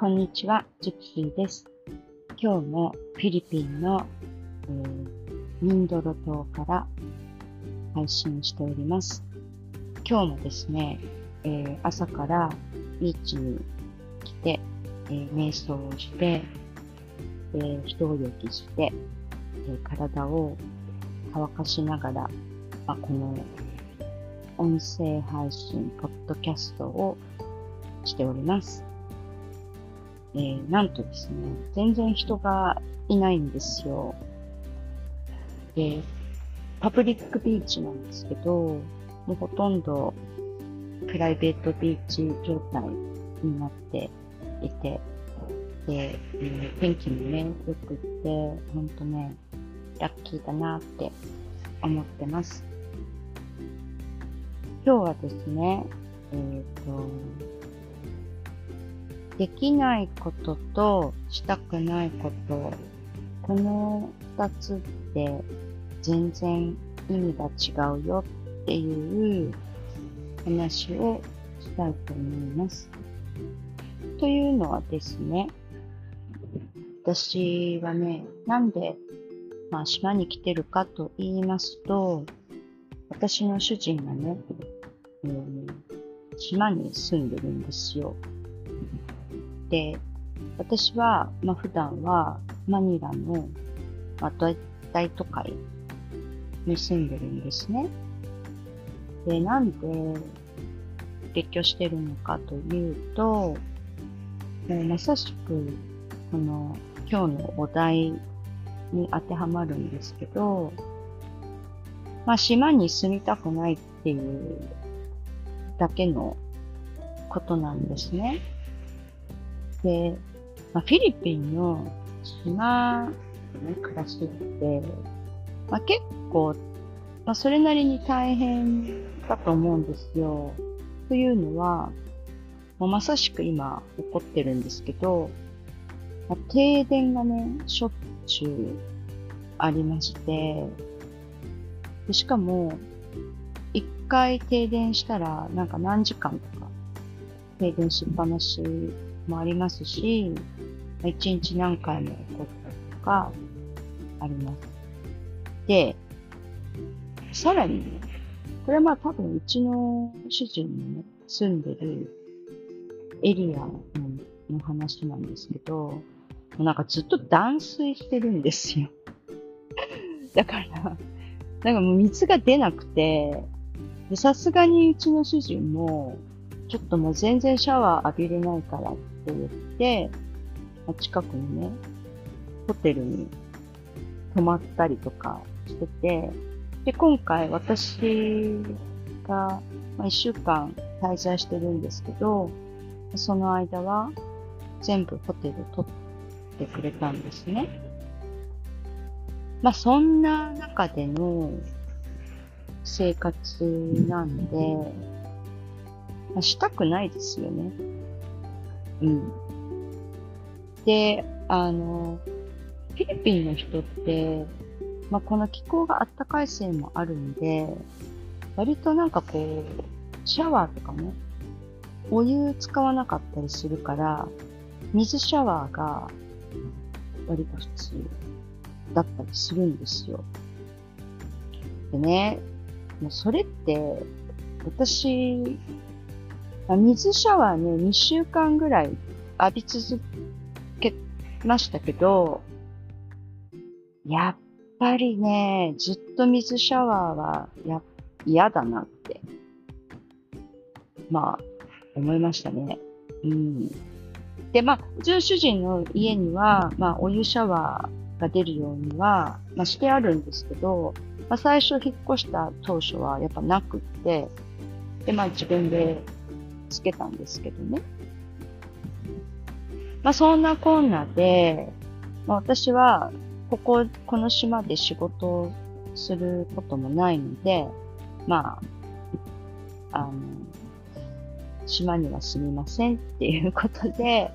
こんにちは、ジプシーです。今日もフィリピンの、ミンドロ島から配信しております。今日もですね、朝からビーチに来て、瞑想をして、一泳ぎして、体を乾かしながら、この音声配信、ポッドキャストをしております。なんとですね、全然人がいないんですよ。で、パブリックビーチなんですけど、もうほとんどプライベートビーチ状態になっていて、で、天気もね、良くって、ほんとね、ラッキーだなって思ってます。今日はですね、できないこととしたくないこと、この二つって全然意味が違うよっていう話をしたいと思います。というのはですね、私はね、なんで、島に来てるかと言いますと、私の主人がね、島に住んでるんですよ。で、私は、普段はマニラの、大都会に住んでるんですね。で、なんで別居してるのかというと、まさしく、今日のお題に当てはまるんですけど、島に住みたくないっていうだけのことなんですね。で、フィリピンの島で暮らしって、結構、それなりに大変だと思うんですよ。というのは、まさしく今起こってるんですけど、停電がね、しょっちゅうありまして、でしかも、一回停電したら、何時間とか停電しっぱなしもありますし、一日何回も起こったりとかあります。で、さらにね、これは多分うちの主人のね、住んでるエリアの話なんですけど、ずっと断水してるんですよ。だから、もう水が出なくて、で、さすがにうちの主人も、ちょっともう全然シャワー浴びれないからって言って、近くにね、ホテルに泊まったりとかしてて、で、今回私が、1週間滞在してるんですけど、その間は全部ホテル取ってくれたんですね。そんな中での生活なんで、したくないですよね。で、フィリピンの人って、この気候が暖かいせいもあるんで、割とシャワーとかね、お湯使わなかったりするから、水シャワーが割と普通だったりするんですよ。でね、もうそれって、私、水シャワーね、2週間ぐらい浴び続けましたけど、やっぱりね、ずっと水シャワーは嫌だなって、思いましたね。で、うちの主人の家には、お湯シャワーが出るようには、してあるんですけど、最初引っ越した当初はやっぱなくって、で、自分でつけたんですけどね。そんなこんなで、私は、この島で仕事をすることもないので、島には住みませんっていうことで、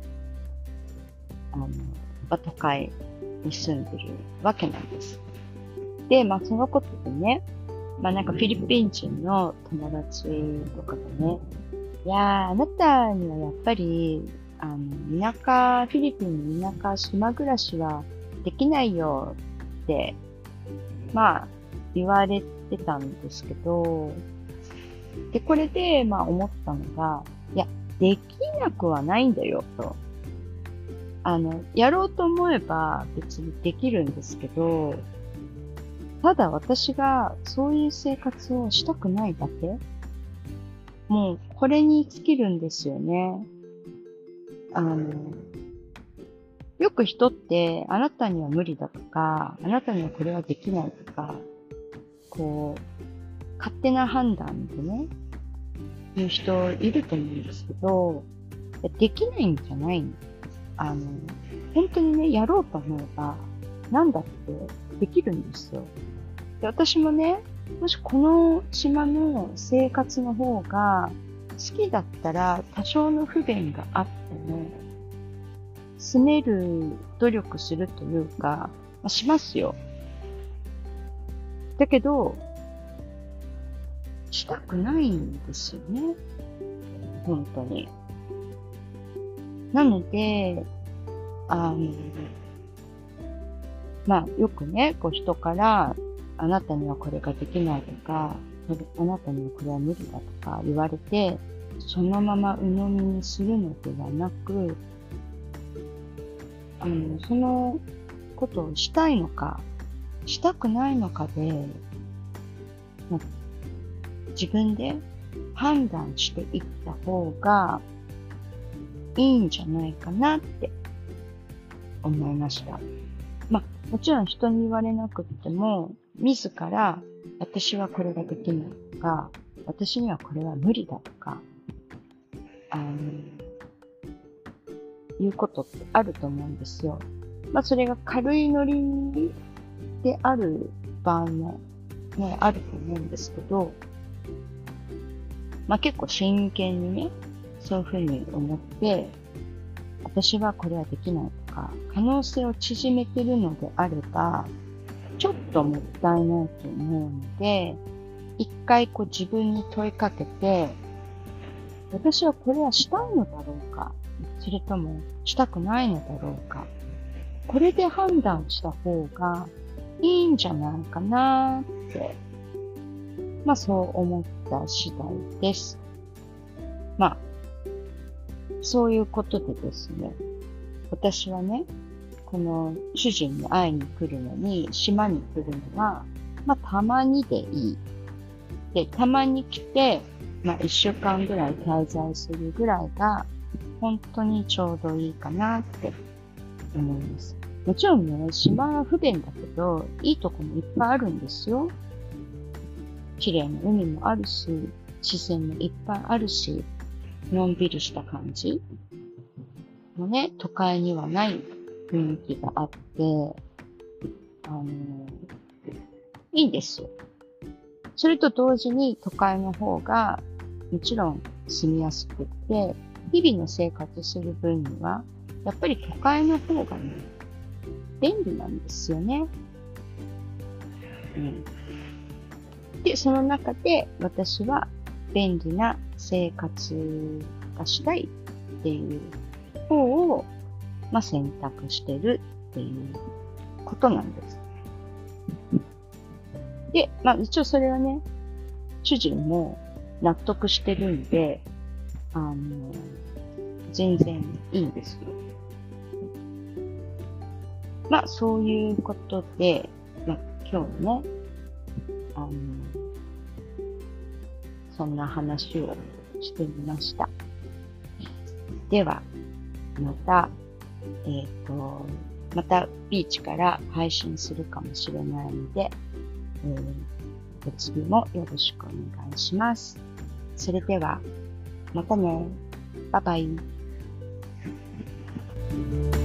都会に住んでるわけなんです。で、そのことでね、フィリピン人の友達とかがね、いやー、あなたにはやっぱりフィリピンの田舎、島暮らしはできないよって、まあ、言われてたんですけど、で、これで、思ったのが、いや、できなくはないんだよ、と。やろうと思えば別にできるんですけど、ただ私がそういう生活をしたくないだけ、もうこれに尽きるんですよね。よく人って、あなたには無理だとか、あなたにはこれはできないとか、こう、勝手な判断でね、言う人いると思うんですけど、できないんじゃないの。本当にね、やろうと思えば、なんだってできるんですよ。で、私もね、もしこの島の生活の方が好きだったら、多少の不便があっても、住める努力するというか、しますよ。だけど、したくないんですよね。本当に。なので、よくね、人から、あなたにはこれができないとか、あなたにはこれは無理だとか言われて、そのまま鵜呑みにするのではなく、そのことをしたいのか、したくないのかで、自分で判断していった方がいいんじゃないかなって思いました。もちろん人に言われなくっても、自ら私はこれができないとか、私にはこれは無理だとか、いうことってあると思うんですよ。それが軽いノリである場合もね、あると思うんですけど、結構真剣にね、そういうふうに思って、私はこれはできないとか、可能性を縮めてるのであれば、ちょっともったいないと思うので、一回自分に問いかけて、私はこれはしたいのだろうか、それともしたくないのだろうか、これで判断した方がいいんじゃないかなって、そう思った次第です。そういうことでですね、私はね、この主人に会いに来るのに、島に来るのは、たまにでいい。で、たまに来て、1週間ぐらい滞在するぐらいが、本当にちょうどいいかなって思います。もちろんね、島は不便だけど、いいとこもいっぱいあるんですよ。綺麗な海もあるし、自然もいっぱいあるし、のんびりした感じもね、都会にはない雰囲気があって、いいんですよ。それと同時に都会の方がもちろん住みやすくって、日々の生活する分には、やっぱり都会の方がね、便利なんですよね。で、その中で私は便利な生活がしたいっていう方を、選択してるっていうことなんです。で、一応それはね、主人も納得してるんで、全然いいんですよ。そういうことで、今日ね、そんな話をしてみました。では、またビーチから配信するかもしれないので、お次もよろしくお願いします。それでは、またね。バイバイ。